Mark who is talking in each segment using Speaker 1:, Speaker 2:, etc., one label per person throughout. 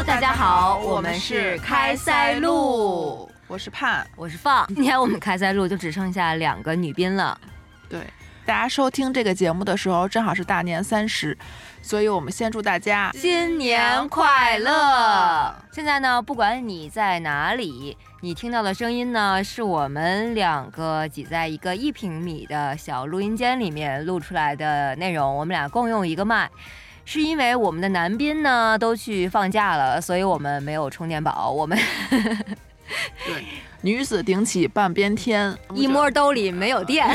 Speaker 1: 大家好，我们是开塞露，
Speaker 2: 我是盼，
Speaker 1: 我是放。今天我们开塞露就只剩下2个女宾了。
Speaker 2: 对，大家收听这个节目的时候，正好是大年30，所以我们先祝大家
Speaker 1: 新年快乐。现在呢，不管你在哪里，你听到的声音呢，是我们2个挤在一个1平米的小录音间里面录出来的内容。我们俩共用一个麦。是因为我们的男宾呢都去放假了，所以我们没有充电宝。我们
Speaker 2: 对，女子顶起半边天，
Speaker 1: 一摸兜里没有电。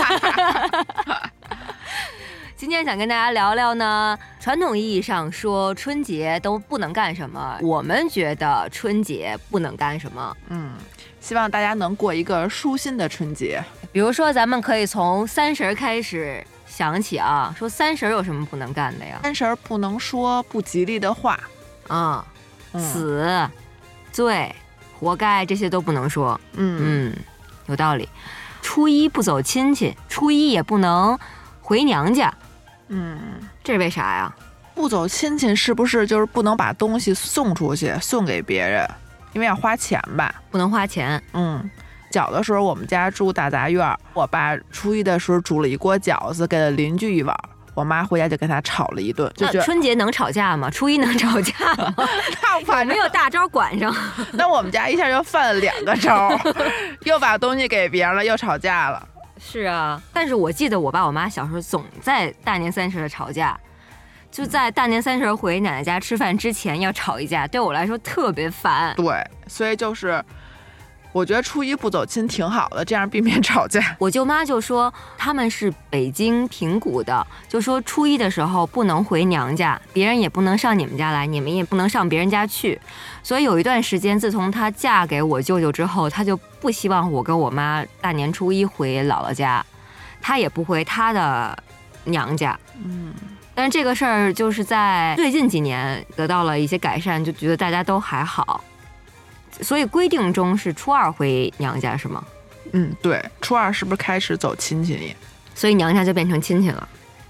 Speaker 1: 今天想跟大家聊聊呢，传统意义上说春节都不能干什么，我们觉得春节不能干什么。
Speaker 2: 希望大家能过一个舒心的春节。
Speaker 1: 比如说咱们可以从30开始想起啊，说30有什么不能干的呀
Speaker 2: ？30不能说不吉利的话
Speaker 1: 啊，死、罪、活该这些都不能说。有道理。初一不走亲戚，初一也不能回娘家。这是为啥呀？
Speaker 2: 不走亲戚是不是就是不能把东西送出去，送给别人？因为要花钱吧？
Speaker 1: 不能花钱。
Speaker 2: 小的时候我们家住大杂院，我爸初一的时候煮了一锅饺子给了邻居一碗，我妈回家就跟他吵了一顿。
Speaker 1: 那春节能吵架吗？初一能吵架吗？
Speaker 2: 那
Speaker 1: 没有大招管上。
Speaker 2: 那我们家一下就犯了2个招，又把东西给别人了，又吵架了。
Speaker 1: 是啊，但是我记得我爸我妈小时候总在大年30的吵架，就在大年30回奶奶家吃饭之前要吵一架，对我来说特别烦。
Speaker 2: 对，所以就是我觉得初一不走亲挺好的，这样避免吵架。
Speaker 1: 我舅妈就说他们是北京平谷的，就说初一的时候不能回娘家，别人也不能上你们家来，你们也不能上别人家去。所以有一段时间，自从她嫁给我舅舅之后，她就不希望我跟我妈大年初一回姥姥家，她也不回她的娘家。但是这个事儿就是在最近几年得到了一些改善，就觉得大家都还好。所以规定中是初2回娘家是吗？
Speaker 2: 对，初2是不是开始走亲戚里？
Speaker 1: 所以娘家就变成亲戚了。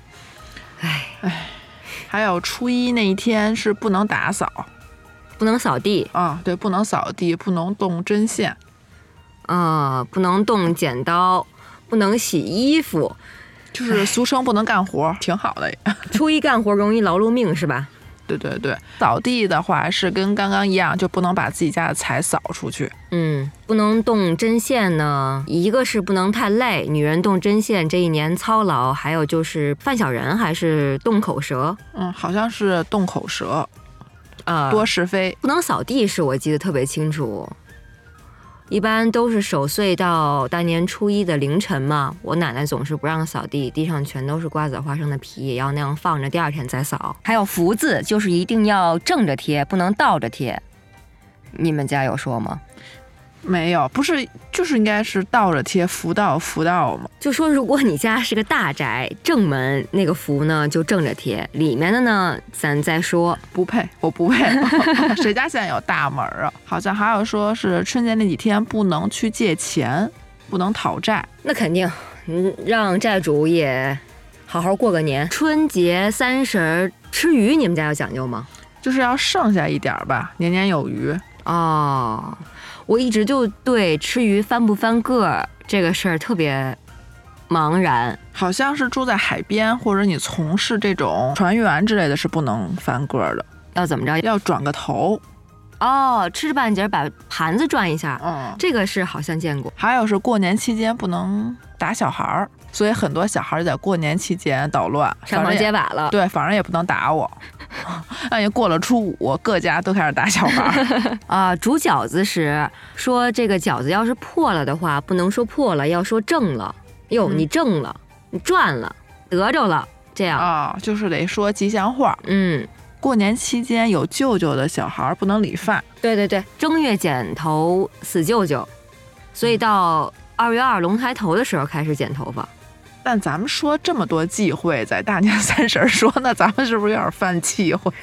Speaker 2: 还有初一那一天是不能打扫，
Speaker 1: 不能扫地
Speaker 2: 啊，对，不能扫地，不能动针线，
Speaker 1: 不能动剪刀，不能洗衣服，
Speaker 2: 就是俗称不能干活，挺好的。
Speaker 1: 初一干活容易劳碌命是吧？
Speaker 2: 对对对，扫地的话是跟刚刚一样，就不能把自己家的财扫出去。
Speaker 1: 不能动针线呢，一个是不能太累，女人动针线这一年操劳，还有就是犯小人还是动口舌。
Speaker 2: 好像是动口舌，多是非。
Speaker 1: 不能扫地是我记得特别清楚。一般都是守岁到大年初一的凌晨嘛，我奶奶总是不让扫地，地上全都是瓜子花生的皮，也要那样放着，第2天再扫。还有福字，就是一定要正着贴，不能倒着贴。你们家有说吗？
Speaker 2: 没有，不是，就是应该是倒着贴，福到嘛。
Speaker 1: 就说如果你家是个大宅，正门那个福呢就正着贴，里面的呢咱再说。
Speaker 2: 不配，我不配。谁家现在有大门啊？好像还有说是春节那几天不能去借钱，不能讨债。
Speaker 1: 那肯定，让债主也好好过个年。春节30吃鱼，你们家有讲究吗？
Speaker 2: 就是要剩下一点吧，年年有余。
Speaker 1: 我一直就对吃鱼翻不翻个这个事儿特别茫然。
Speaker 2: 好像是住在海边或者你从事这种船员之类的是不能翻个的。
Speaker 1: 要怎么着？
Speaker 2: 要转个头。
Speaker 1: 吃着半截把盘子转一下。这个是好像见过。
Speaker 2: 还有是过年期间不能打小孩，所以很多小孩就在过年期间捣乱，
Speaker 1: 上房揭瓦了。
Speaker 2: 对，反正也不能打我。那也过了初5，各家都开始打小孩。
Speaker 1: 煮饺子时说这个饺子要是破了的话，不能说破了，要说正了。你正了，你转了，得着了，这样
Speaker 2: 就是得说吉祥话。过年期间有舅舅的小孩不能理发。
Speaker 1: 对对对，正月剪头死舅舅，所以到2月2龙抬头的时候开始剪头发。
Speaker 2: 但咱们说这么多忌讳，在大年30说，那咱们是不是有点犯忌讳？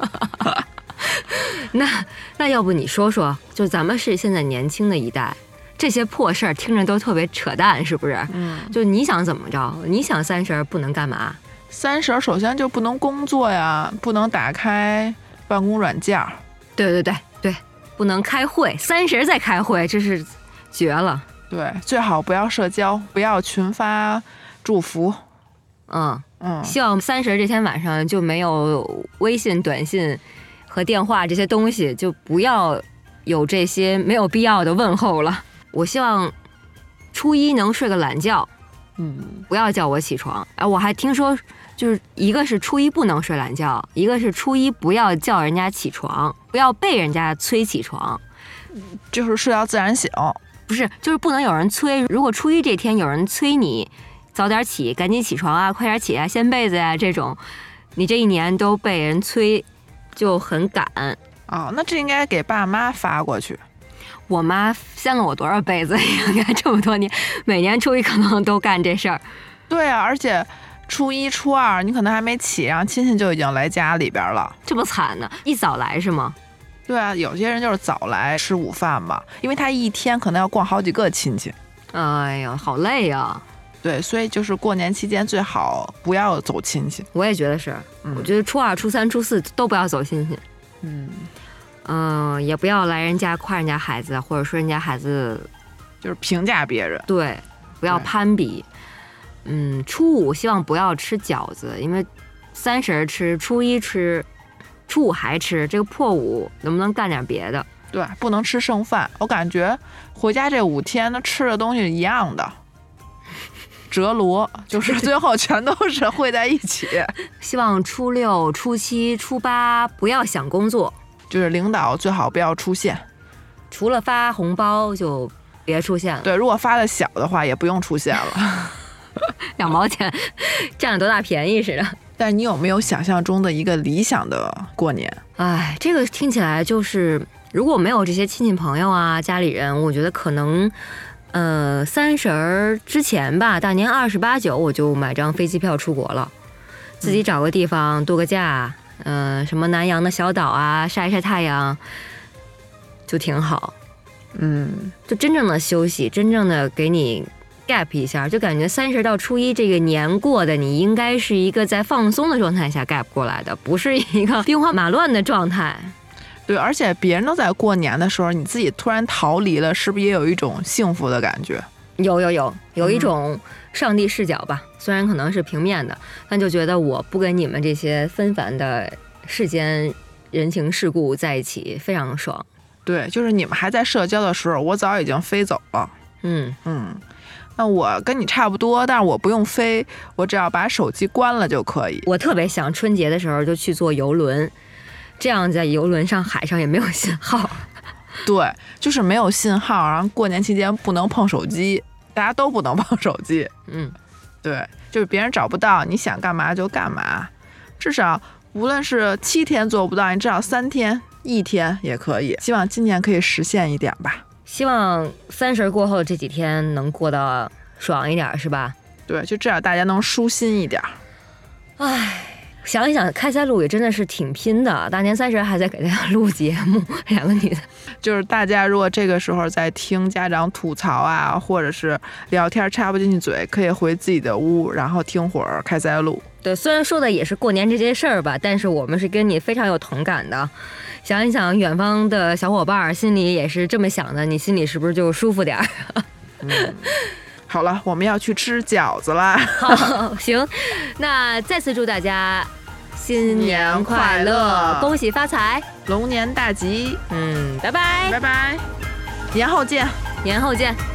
Speaker 1: 那要不你说说，就咱们是现在年轻的一代，这些破事儿听着都特别扯淡，是不是？就你想怎么着？你想30不能干嘛
Speaker 2: ？30首先就不能工作呀，不能打开办公软件。
Speaker 1: 对，不能开会，30再开会，这是绝了。
Speaker 2: 对，最好不要社交，不要群发祝福。
Speaker 1: 希望30这天晚上就没有微信、短信和电话这些东西，就不要有这些没有必要的问候了。我希望初一能睡个懒觉，不要叫我起床。我还听说，就是一个是初一不能睡懒觉，一个是初一不要叫人家起床，不要被人家催起床，
Speaker 2: 就是睡到自然醒。
Speaker 1: 不是，就是不能有人催。如果初一这天有人催你早点起，赶紧起床啊，快点起啊，掀被子呀，这种，你这一年都被人催，就很赶。
Speaker 2: 那这应该给爸妈发过去。
Speaker 1: 我妈掀了我多少被子，应该这么多年，每年初一可能都干这事儿。
Speaker 2: 对啊，而且初一、初二你可能还没起，然后亲戚就已经来家里边了，
Speaker 1: 这么惨呢？一早来是吗？
Speaker 2: 对啊，有些人就是早来吃午饭嘛，因为他一天可能要逛好几个亲戚。
Speaker 1: 哎呀，好累呀。
Speaker 2: 对，所以就是过年期间最好不要走亲戚。
Speaker 1: 我也觉得是，我觉得初2、初3、初4都不要走亲戚。也不要来人家夸人家孩子，或者说人家孩子
Speaker 2: 就是评价别人。
Speaker 1: 对，不要攀比。初5希望不要吃饺子，因为30吃，初一吃，初5还吃，这个破5能不能干点别的？
Speaker 2: 对，不能吃剩饭。我感觉回家这5天都吃的东西一样的，折罗，就是最后全都是汇在一起。
Speaker 1: 希望初6、初7、初8不要想工作，
Speaker 2: 就是领导最好不要出现，
Speaker 1: 除了发红包就别出现了。
Speaker 2: 对，如果发的小的话也不用出现了。
Speaker 1: 2毛钱占了多大便宜似的。
Speaker 2: 但是你有没有想象中的一个理想的过年？
Speaker 1: 这个听起来就是，如果没有这些亲戚朋友啊、家里人，我觉得可能30之前吧，大年28、29我就买张飞机票出国了，自己找个地方度个假，什么南洋的小岛啊，晒一晒太阳，就挺好。就真正的休息，真正的给你 gap 一下，就感觉30到初一这个年过的，你应该是一个在放松的状态下 gap 过来的，不是一个兵荒马乱的状态。
Speaker 2: 对，而且别人都在过年的时候，你自己突然逃离了，是不是也有一种幸福的感觉？有一种上帝视角吧，虽然可能是平面的，但就觉得我不跟你们这些纷繁的世间人情世故在一起，非常爽。 对，就是你们还在社交的时候，我早已经飞走了。那我跟你差不多，但是我不用飞，我只要把手机关了就可以。
Speaker 1: 我特别想春节的时候就去坐游轮，这样在游轮上海上也没有信号。
Speaker 2: 对，就是没有信号，然后过年期间不能碰手机，大家都不能碰手机。对，就是别人找不到，你想干嘛就干嘛，至少无论是7天做不到，你至少3天、1天也可以。希望今年可以实现一点吧。
Speaker 1: 希望30过后这几天能过得爽一点，是吧？
Speaker 2: 对，就至少大家能舒心一点。
Speaker 1: 想一想，开塞露也真的是挺拼的，大年30还在给大家录节目，2个女的。
Speaker 2: 就是大家如果这个时候在听家长吐槽啊，或者是聊天插不进去嘴，可以回自己的屋，然后听会儿开塞露。
Speaker 1: 对，虽然说的也是过年这些事儿吧，但是我们是跟你非常有同感的。想一想，远方的小伙伴心里也是这么想的，你心里是不是就舒服点儿？
Speaker 2: 好了，我们要去吃饺子啦。
Speaker 1: 好，行，那再次祝大家新年快乐，恭喜发财，
Speaker 2: 龙年大吉。
Speaker 1: 拜拜，
Speaker 2: 拜拜，年后见，
Speaker 1: 年后见。